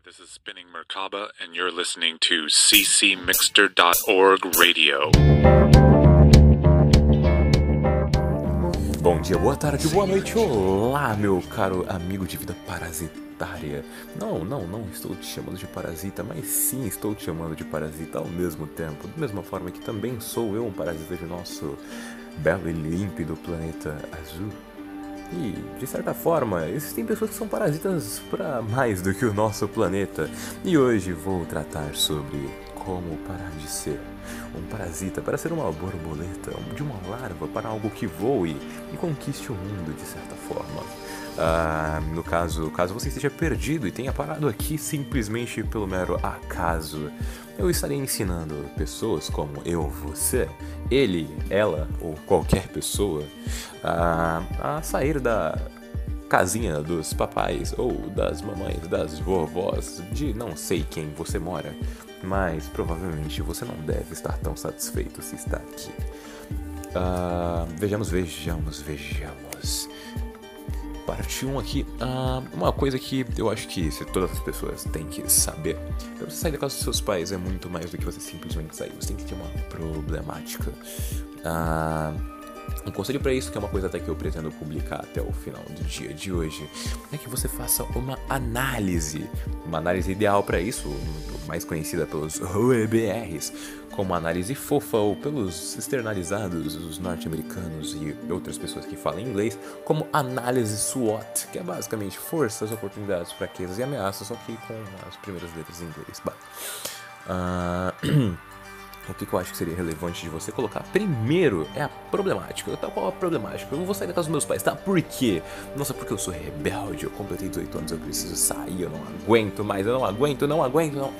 This is Spinning Merkaba, and you're listening to ccmixter.org radio. Bom dia, boa tarde, boa noite, olá, meu caro amigo de vida parasitária. Não estou te chamando de parasita, mas sim estou te chamando de parasita ao mesmo tempo. Da mesma forma que também sou eu um parasita de nosso belo e límpido planeta azul. E, de certa forma, existem pessoas que são parasitas para mais do que o nosso planeta. E hoje vou tratar sobre como parar de ser um parasita para ser uma borboleta, de uma larva para algo que voe e conquiste o mundo, de certa forma. No caso você esteja perdido e tenha parado aqui simplesmente pelo mero acaso, eu estarei ensinando pessoas como eu, você, ele, ela ou qualquer pessoa a sair da casinha dos papais ou das mamães, das vovós, de não sei quem você mora, mas provavelmente você não deve estar tão satisfeito se está aqui. Vejamos. Parte 1 aqui, uma coisa que eu acho que todas as pessoas têm que saber. Pra você sair da casa dos seus pais é muito mais do que você simplesmente sair. Você tem que ter uma problemática. Um conselho pra isso, que é uma coisa até que eu pretendo publicar até o final do dia de hoje, é que você faça uma análise ideal pra isso, mais conhecida pelos OEBRs, como análise fofa, ou pelos externalizados, os norte-americanos e outras pessoas que falam inglês, como análise SWOT, que é basicamente forças, oportunidades, fraquezas e ameaças, só que com as primeiras letras em inglês. O que eu acho que seria relevante de você colocar primeiro é a problemática. Qual a problemática? Eu vou sair da casa dos meus pais, tá? Por quê? Nossa, porque eu sou rebelde, eu completei 18 anos, eu preciso sair, eu não aguento mais, não aguento. Acabou.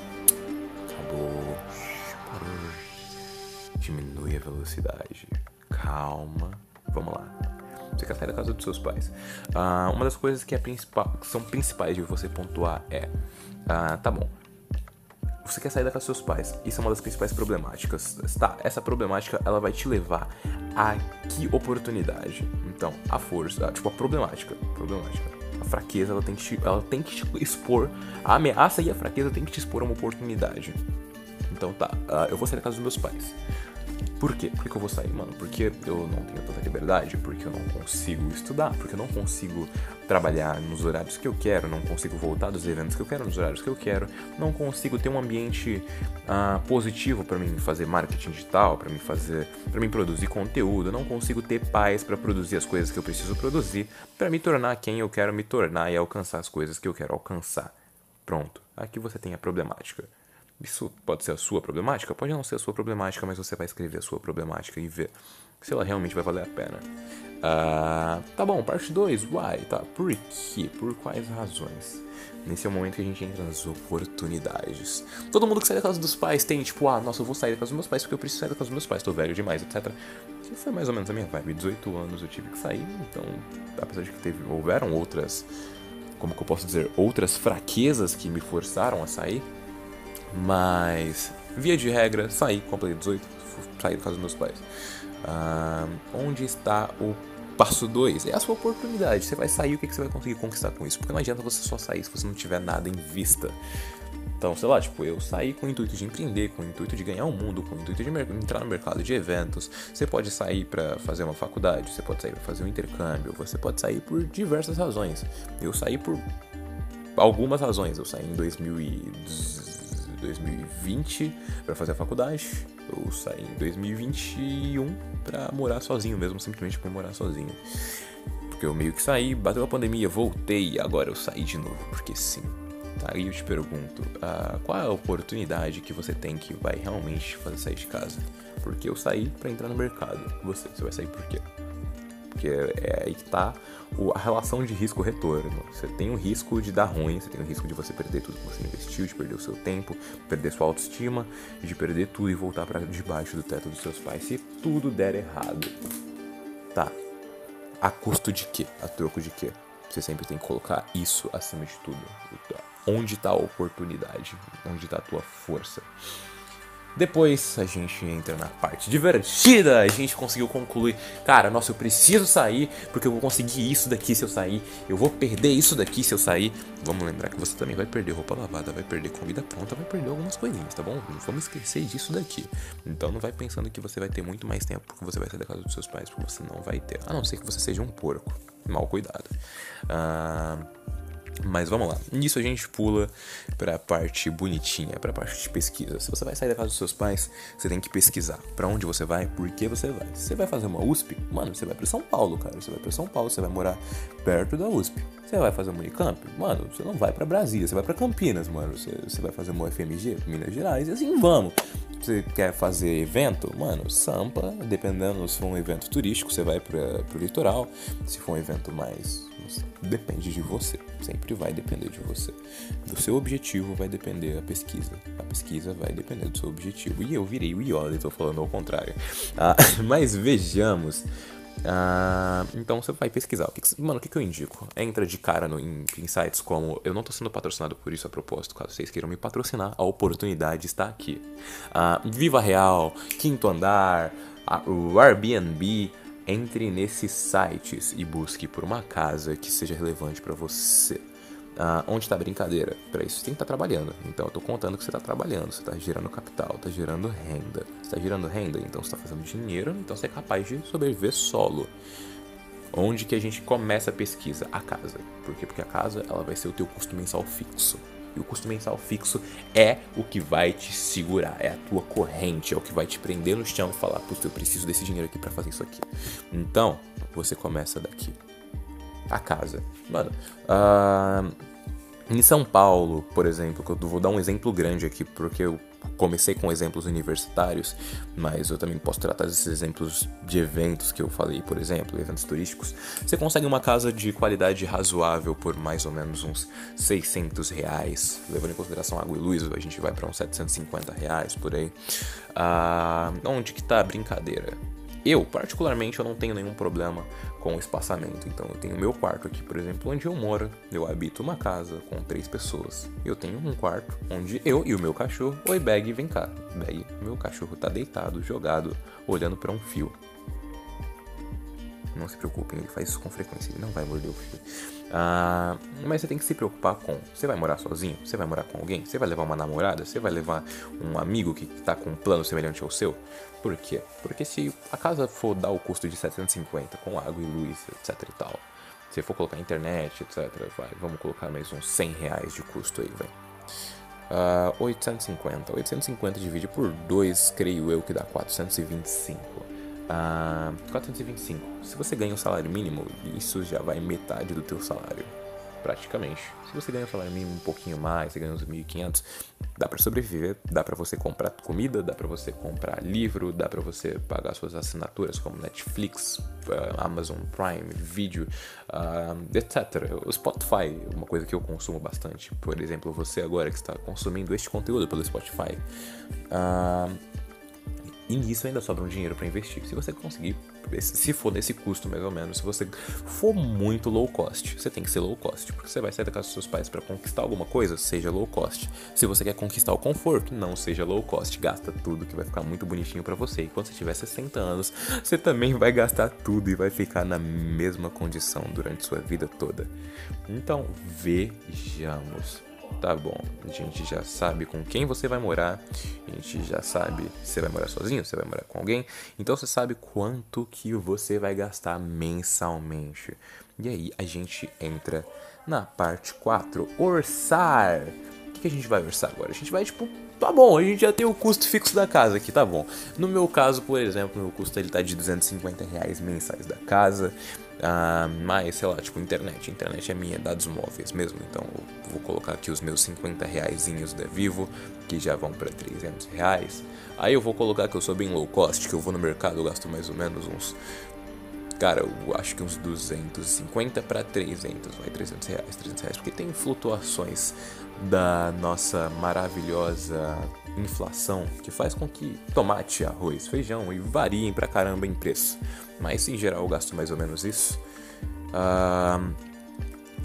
Parou. Diminui a velocidade. Calma. Vamos lá. Você quer sair da casa dos seus pais. Uma das coisas que são principais de você pontuar é... tá bom. Você quer sair da casa dos seus pais. Isso é uma das principais problemáticas. Tá, essa problemática, ela vai te levar a que oportunidade? Então, a força, a problemática. A fraqueza, ela tem que te expor. A ameaça e a fraqueza tem que te expor a uma oportunidade. Então tá, eu vou sair da casa dos meus pais. Por quê? Por que eu vou sair, mano? Porque eu não tenho tanta liberdade, porque eu não consigo estudar, porque eu não consigo trabalhar nos horários que eu quero, não consigo voltar dos eventos que eu quero nos horários que eu quero, não consigo ter um ambiente positivo para mim fazer marketing digital, para mim produzir conteúdo, eu não consigo ter paz para produzir as coisas que eu preciso produzir, para me tornar quem eu quero me tornar e alcançar as coisas que eu quero alcançar. Pronto, aqui você tem a problemática. Isso pode ser a sua problemática? Pode não ser a sua problemática, mas você vai escrever a sua problemática e ver se ela realmente vai valer a pena. Tá bom, parte 2, why? Tá, por quê? Por quais razões? Nesse é o momento que a gente entra nas oportunidades. Todo mundo que sai da casa dos pais tem, nossa, eu vou sair da casa dos meus pais porque eu preciso sair da casa dos meus pais, tô velho demais, etc. Isso foi mais ou menos a minha vibe. 18 anos eu tive que sair, então, apesar de que houveram outras, como que eu posso dizer, outras fraquezas que me forçaram a sair. Mas, via de regra, saí, completei 18, saí da casa dos meus pais. Onde está o passo 2? É a sua oportunidade. Você vai sair, o que você vai conseguir conquistar com isso? Porque não adianta você só sair se você não tiver nada em vista. Então, sei lá, eu saí com o intuito de empreender, com o intuito de ganhar o mundo, com o intuito de entrar no mercado de eventos. Você pode sair para fazer uma faculdade, você pode sair para fazer um intercâmbio, você pode sair por diversas razões. Eu saí por algumas razões. Eu saí em 2020 para fazer a faculdade, eu saí em 2021 para morar sozinho mesmo, simplesmente por morar sozinho. Porque eu meio que saí, bateu a pandemia, voltei e agora eu saí de novo, porque sim. Tá, aí eu te pergunto, qual é a oportunidade que você tem que vai realmente te fazer sair de casa? Porque eu saí para entrar no mercado, você vai sair por quê? Porque é aí que tá a relação de risco-retorno. Você tem o risco de dar ruim, você tem o risco de você perder tudo que você investiu, de perder o seu tempo, perder sua autoestima, de perder tudo e voltar para debaixo do teto dos seus pais se tudo der errado. Tá. A custo de quê? A troco de quê? Você sempre tem que colocar isso acima de tudo. Onde tá a oportunidade? Onde tá a tua força? Depois a gente entra na parte divertida. A gente conseguiu concluir. Cara, nossa, eu preciso sair porque eu vou conseguir isso daqui se eu sair. Eu vou perder isso daqui se eu sair. Vamos lembrar que você também vai perder roupa lavada, vai perder comida pronta, vai perder algumas coisinhas, tá bom? Não vamos esquecer disso daqui. Então não vai pensando que você vai ter muito mais tempo porque você vai sair da casa dos seus pais, porque você não vai ter. A não ser que você seja um porco. Mal cuidado. Mas vamos lá, nisso a gente pula pra parte bonitinha, pra parte de pesquisa. Se você vai sair da casa dos seus pais, você tem que pesquisar pra onde você vai, por que você vai. Se você vai fazer uma USP, mano, você vai pra São Paulo, cara. Você vai pra São Paulo, você vai morar perto da USP. Você vai fazer uma Unicamp, mano, você não vai pra Brasília, você vai pra Campinas, mano. Você vai fazer uma UFMG, Minas Gerais, e assim vamos. Você quer fazer evento, mano, Sampa, dependendo se for um evento turístico, você vai pro litoral. Se for um evento mais... depende de você, sempre vai depender de você. Do seu objetivo vai depender a pesquisa vai depender do seu objetivo. E eu virei o Yoda e tô falando ao contrário. Mas vejamos. Então você vai pesquisar. Mano, o que eu indico? Entra de cara em sites como... Eu não tô sendo patrocinado por isso a propósito. Caso vocês queiram me patrocinar, a oportunidade está aqui. Viva Real, Quinto Andar, o Airbnb. Entre nesses sites e busque por uma casa que seja relevante pra você. Onde está a brincadeira? Para isso você tem que estar trabalhando. Então eu tô contando que você está trabalhando, você está gerando capital, está gerando renda. Você está gerando renda, então você está fazendo dinheiro, então você é capaz de sobreviver solo. Onde que a gente começa a pesquisa? A casa. Por quê? Porque a casa ela vai ser o teu custo mensal fixo. E o custo mensal fixo é o que vai te segurar, é a tua corrente, é o que vai te prender no chão e falar, putz, eu preciso desse dinheiro aqui pra fazer isso aqui. Então, você começa daqui. A casa. Mano, em São Paulo, por exemplo, que eu vou dar um exemplo grande aqui, porque eu comecei com exemplos universitários, mas eu também posso tratar desses exemplos de eventos que eu falei, por exemplo, eventos turísticos. Você consegue uma casa de qualidade razoável por mais ou menos uns R$600, levando em consideração água e luz, a gente vai para uns R$750 por aí. Onde que tá a brincadeira? Eu, particularmente, eu não tenho nenhum problema com o espaçamento. Então, eu tenho meu quarto aqui, por exemplo, onde eu moro. Eu habito uma casa com 3 pessoas. Eu tenho um quarto onde eu e o meu cachorro... Oi, Bag, vem cá. Bag, meu cachorro tá deitado, jogado, olhando pra um fio. Não se preocupem, ele faz isso com frequência, ele não vai morder o fio. Mas você tem que se preocupar com... Você vai morar sozinho? Você vai morar com alguém? Você vai levar uma namorada? Você vai levar um amigo que tá com um plano semelhante ao seu? Por quê? Porque se a casa for dar o custo de 750 com água e luz, etc e tal, se for colocar internet, etc, vamos colocar mais uns R$100 de custo aí, vai. 850 divide por 2, creio eu que dá 425. 425. Se você ganha um salário mínimo, isso já vai metade do teu salário, praticamente. Se você ganha um salário mínimo um pouquinho mais, você ganha uns 1.500, dá pra sobreviver, dá pra você comprar comida, dá pra você comprar livro, dá pra você pagar suas assinaturas como Netflix, Amazon Prime, Video, etc. O Spotify, uma coisa que eu consumo bastante. Por exemplo, você agora que está consumindo este conteúdo pelo Spotify. E nisso ainda sobra um dinheiro para investir. Se você conseguir, se for nesse custo mais ou menos, se você for muito low cost, você tem que ser low cost, porque você vai sair da casa dos seus pais para conquistar alguma coisa, seja low cost. Se você quer conquistar o conforto, não seja low cost, gasta tudo que vai ficar muito bonitinho para você. E quando você tiver 60 anos, você também vai gastar tudo e vai ficar na mesma condição durante sua vida toda. Então, vejamos. Tá bom, a gente já sabe com quem você vai morar, a gente já sabe se você vai morar sozinho, se você vai morar com alguém, então você sabe quanto que você vai gastar mensalmente. E aí a gente entra na parte 4, orçar. O que a gente vai orçar agora? A gente vai tá bom, a gente já tem o custo fixo da casa aqui, tá bom. No meu caso, por exemplo, meu custo ele tá de R$250 mensais da casa. Mas, sei lá, internet. Internet é minha, dados móveis mesmo. Então eu vou colocar aqui os meus R$50 da Vivo, que já vão pra R$300. Aí eu vou colocar que eu sou bem low cost, que eu vou no mercado, eu gasto mais ou menos uns... Cara, eu acho que uns 250 para 300, vai R$300, porque tem flutuações da nossa maravilhosa inflação que faz com que tomate, arroz, feijão e variem pra caramba em preço. Mas em geral eu gasto mais ou menos isso.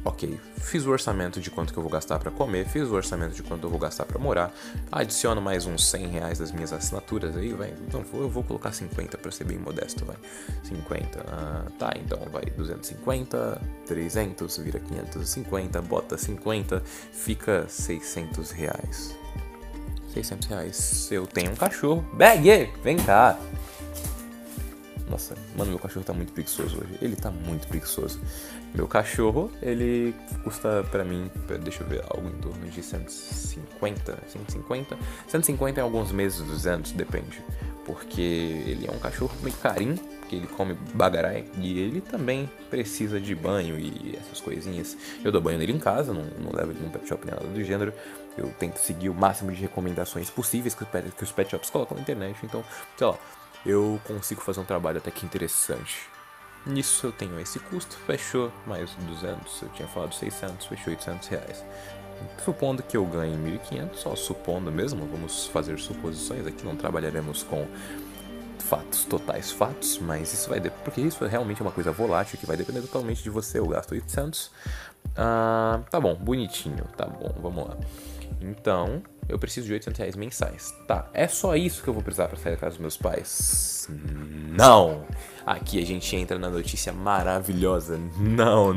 Ok, fiz o orçamento de quanto que eu vou gastar pra comer, fiz o orçamento de quanto eu vou gastar pra morar, adiciono mais uns 100 reais das minhas assinaturas aí, vai, então eu vou colocar 50 pra ser bem modesto, vai, 50, tá, então vai 250, 300, vira 550, bota 50, fica 600 reais. 600 reais, eu tenho um cachorro, Bag, vem cá. Nossa, mano, meu cachorro tá muito preguiçoso hoje. Ele tá muito preguiçoso. Meu cachorro, ele custa pra mim, deixa eu ver, algo em torno de 150, 150. 150 em alguns meses, 200, depende. Porque ele é um cachorro meio carinho, porque ele come bagarai. E ele também precisa de banho e essas coisinhas. Eu dou banho nele em casa, não levo ele num pet shop nem nada do gênero. Eu tento seguir o máximo de recomendações possíveis que os pet shops colocam na internet. Então, sei lá, eu consigo fazer um trabalho até que interessante. Nisso eu tenho esse custo, fechou mais 200, eu tinha falado 600, fechou 800 reais. Supondo que eu ganhe 1.500, só supondo mesmo, vamos fazer suposições aqui, não trabalharemos com fatos, totais fatos, mas isso vai porque isso é realmente uma coisa volátil que vai depender totalmente de você. Eu gasto 800, tá bom, bonitinho, tá bom, vamos lá. Então, eu preciso de 800 reais mensais. Tá, é só isso que eu vou precisar pra sair da casa dos meus pais? Não! Aqui a gente entra na notícia maravilhosa. Não.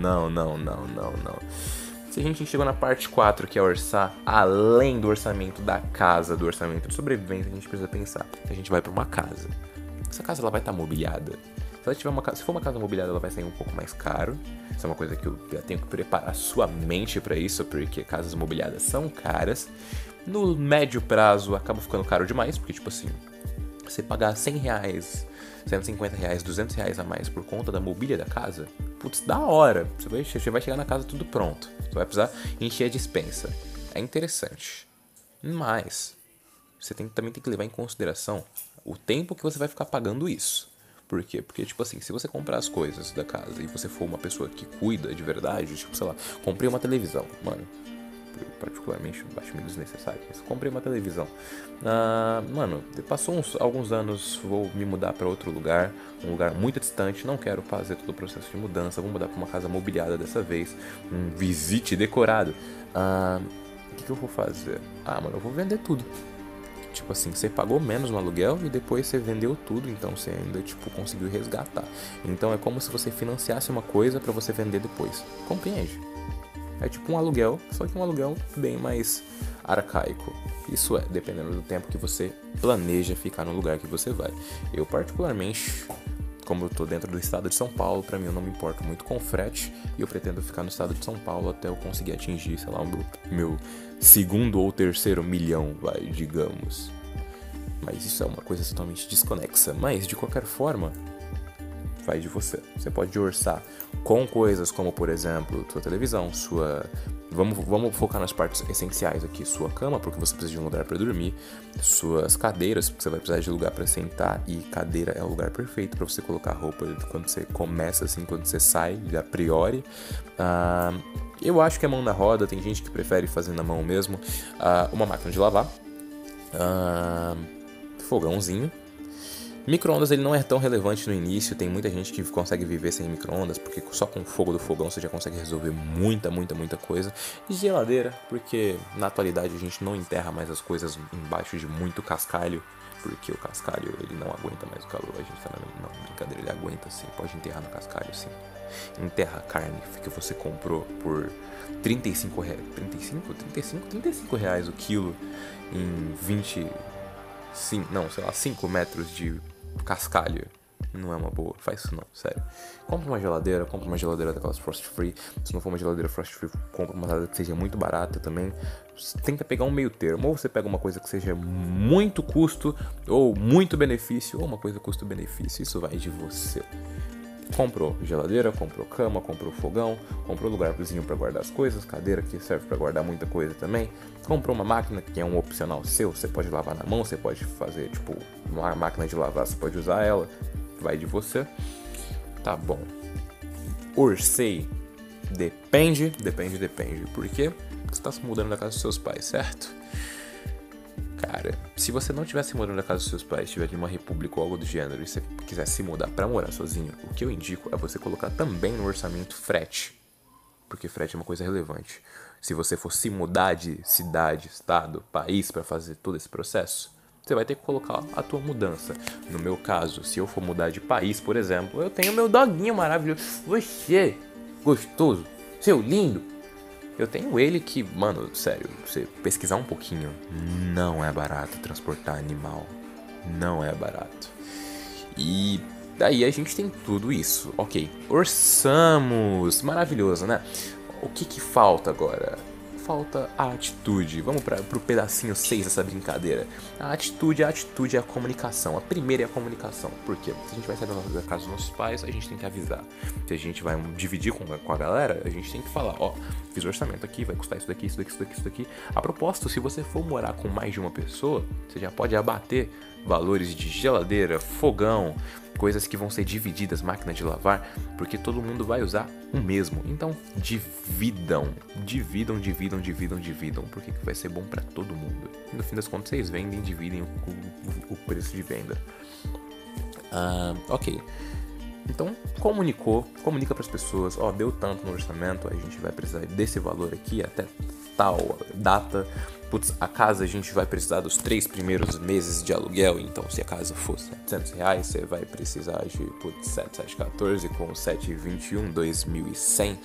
Se a gente chegou na parte 4, que é orçar, além do orçamento da casa, do orçamento de sobrevivência, a gente precisa pensar. A gente vai pra uma casa. Essa casa ela vai estar mobiliada. Se for uma casa mobiliada, ela vai sair um pouco mais caro. Isso é uma coisa que eu já tenho que preparar sua mente pra isso, porque casas mobiliadas são caras. No médio prazo, acaba ficando caro demais, porque, tipo assim, você pagar 100 reais, 150 reais, 200 reais a mais por conta da mobília da casa, putz, da hora. Você vai chegar na casa tudo pronto. Você vai precisar encher a despensa. É interessante. Mas, você também tem que levar em consideração o tempo que você vai ficar pagando isso. Por quê? Porque, tipo assim, se você comprar as coisas da casa e você for uma pessoa que cuida de verdade, tipo, sei lá, comprei uma televisão, mano, eu particularmente acho meio desnecessário, mas comprei uma televisão. Mano, passou alguns anos, vou me mudar pra outro lugar, um lugar muito distante, não quero fazer todo o processo de mudança, vou mudar pra uma casa mobiliada dessa vez, um visite decorado. O que eu vou fazer? Mano, eu vou vender tudo. Tipo assim, você pagou menos no aluguel e depois você vendeu tudo, então você ainda, tipo, conseguiu resgatar. Então é como se você financiasse uma coisa pra você vender depois. Compreende? É tipo um aluguel, só que um aluguel bem mais arcaico. Isso é, dependendo do tempo que você planeja ficar no lugar que você vai. Eu particularmente, como eu tô dentro do estado de São Paulo, pra mim eu não me importo muito com frete. E eu pretendo ficar no estado de São Paulo até eu conseguir atingir, sei lá, o meu segundo ou terceiro milhão, digamos. Mas isso é uma coisa totalmente desconexa. Mas, de qualquer forma, vai de você. Você pode orçar com coisas como, por exemplo, sua televisão, Vamos focar nas partes essenciais aqui. Sua cama, porque você precisa de um lugar para dormir. Suas cadeiras, porque você vai precisar de lugar para sentar. E cadeira é o lugar perfeito para você colocar roupa quando você começa, assim, quando você sai, a priori. Eu acho que é mão na roda. Tem gente que prefere fazer na mão mesmo. Uma máquina de lavar. Fogãozinho. Micro-ondas ele não é tão relevante no início, tem muita gente que consegue viver sem micro-ondas, porque só com o fogo do fogão você já consegue resolver muita coisa. E geladeira, porque na atualidade a gente não enterra mais as coisas embaixo de muito cascalho, porque o cascalho ele não aguenta mais o calor, a gente tá na brincadeira, ele aguenta sim, pode enterrar no cascalho sim. Enterra a carne que você comprou por 35 reais o quilo em 5 metros de cascalho. Não é uma boa, faz isso não, sério. Compra uma geladeira daquelas frost free. Se não for uma geladeira frost free, compra uma geladeira que seja muito barata também. Tenta pegar um meio termo, ou você pega uma coisa que seja muito custo, ou muito benefício, ou uma coisa custo-benefício, isso vai de você. Comprou geladeira, comprou cama, comprou fogão, comprou lugarzinho pra guardar as coisas, cadeira que serve pra guardar muita coisa também. Comprou uma máquina que é um opcional seu, você pode lavar na mão, você pode fazer tipo uma máquina de lavar, você pode usar ela, vai de você. Tá bom. Orcei. Depende. Por quê? Porque você tá se mudando da casa dos seus pais, certo? Cara, se você não tivesse mudando da casa dos seus pais, estiver em uma república ou algo do gênero, e você quiser se mudar pra morar sozinho, o que eu indico é você colocar também no orçamento frete. porque frete é uma coisa relevante. Se você for se mudar de cidade, estado, país para fazer todo esse processo, você vai ter que colocar a tua mudança. No meu caso, se eu for mudar de país, por exemplo, eu tenho meu doguinho maravilhoso. Você, gostoso, seu lindo. Eu tenho ele que, mano, sério, você pesquisar um pouquinho, não é barato transportar animal. Não é barato. E daí a gente tem tudo isso. Ok, orçamos. Maravilhoso, né? O que falta agora? Falta a atitude. Vamos pro pedacinho 6 dessa brincadeira. A atitude é a comunicação. A primeira é a comunicação. Por quê? Se a gente vai sair da casa dos nossos pais, a gente tem que avisar. Se a gente vai dividir com a galera, a gente tem que falar, ó, fiz o orçamento aqui, vai custar isso daqui, isso daqui, isso daqui, isso daqui. A propósito, se você for morar com mais de uma pessoa, você já pode abater valores de geladeira, fogão, coisas que vão ser divididas, máquina de lavar, porque todo mundo vai usar o mesmo. Então, dividam, porque vai ser bom pra todo mundo. E no fim das contas, vocês vendem e dividem o preço de venda. Ok. Então, comunica pras pessoas, ó, deu tanto no orçamento, a gente vai precisar desse valor aqui até tal data. Putz, a casa a gente vai precisar dos 3 primeiros meses de aluguel, então se a casa for R$700, você vai precisar de 714 com 721, 2.100,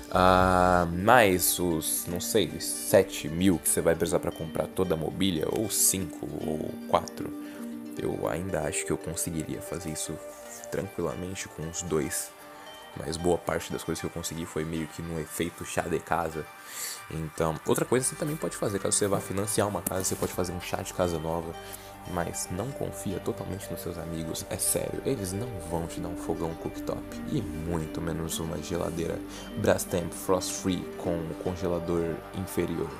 mais os, não sei, 7.000 que você vai precisar para comprar toda a mobília, ou 5 ou 4. Eu ainda acho que eu conseguiria fazer isso tranquilamente com os 2. Mas boa parte das coisas que eu consegui foi meio que num efeito chá de casa. Então, outra coisa que você também pode fazer, caso você vá financiar uma casa, você pode fazer um chá de casa nova. Mas não confia totalmente nos seus amigos, é sério, eles não vão te dar um fogão cooktop. E muito menos uma geladeira Brastemp Frost Free com congelador inferior.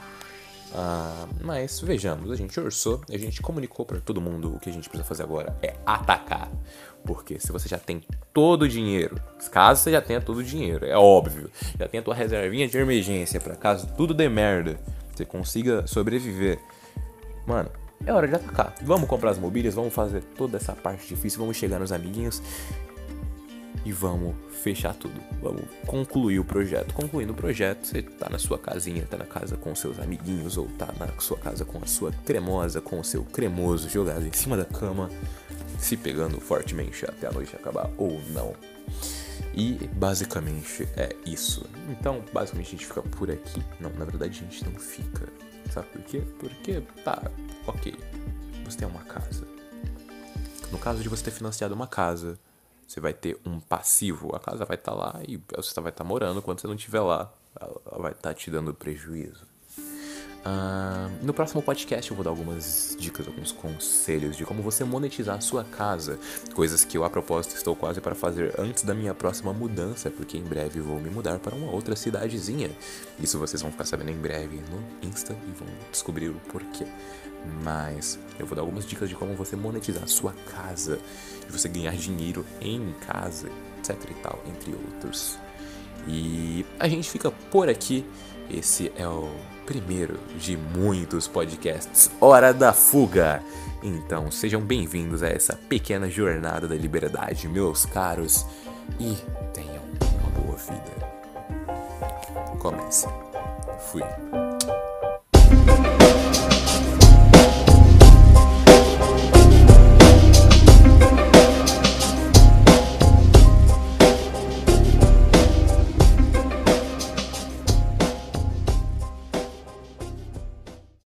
Mas vejamos, a gente orçou, a gente comunicou para todo mundo. O que a gente precisa fazer agora é atacar. Porque se você já tem todo o dinheiro, caso você já tenha todo o dinheiro, é óbvio, já tem a tua reservinha de emergência para caso tudo dê merda, você consiga sobreviver, mano, é hora de atacar. Vamos comprar as mobílias, vamos fazer toda essa parte difícil, vamos chegar nos amiguinhos e vamos fechar tudo. Vamos concluir o projeto. Concluindo o projeto, você tá na sua casinha, tá na casa com seus amiguinhos, ou tá na sua casa com a sua cremosa, com o seu cremoso jogado em cima da cama, se pegando fortemente até a noite acabar ou não. E basicamente é isso. Então, basicamente a gente fica por aqui. Não, na verdade a gente não fica. Sabe por quê? Porque, tá, ok, você tem uma casa. No caso de você ter financiado uma casa, você vai ter um passivo. A casa vai estar lá e você vai estar morando. Quando você não estiver lá, ela vai estar te dando prejuízo. No próximo podcast eu vou dar algumas dicas, alguns conselhos de como você monetizar a sua casa. Coisas que eu, a propósito, estou quase para fazer antes da minha próxima mudança, porque em breve vou me mudar para uma outra cidadezinha. Isso vocês vão ficar sabendo em breve no Insta e vão descobrir o porquê. Mas eu vou dar algumas dicas de como você monetizar a sua casa, de você ganhar dinheiro em casa, etc e tal, entre outros. E a gente fica por aqui. Esse é o primeiro de muitos podcasts Hora da Fuga. Então sejam bem-vindos a essa pequena jornada da liberdade, meus caros, e tenham uma boa vida. Comece. Fui.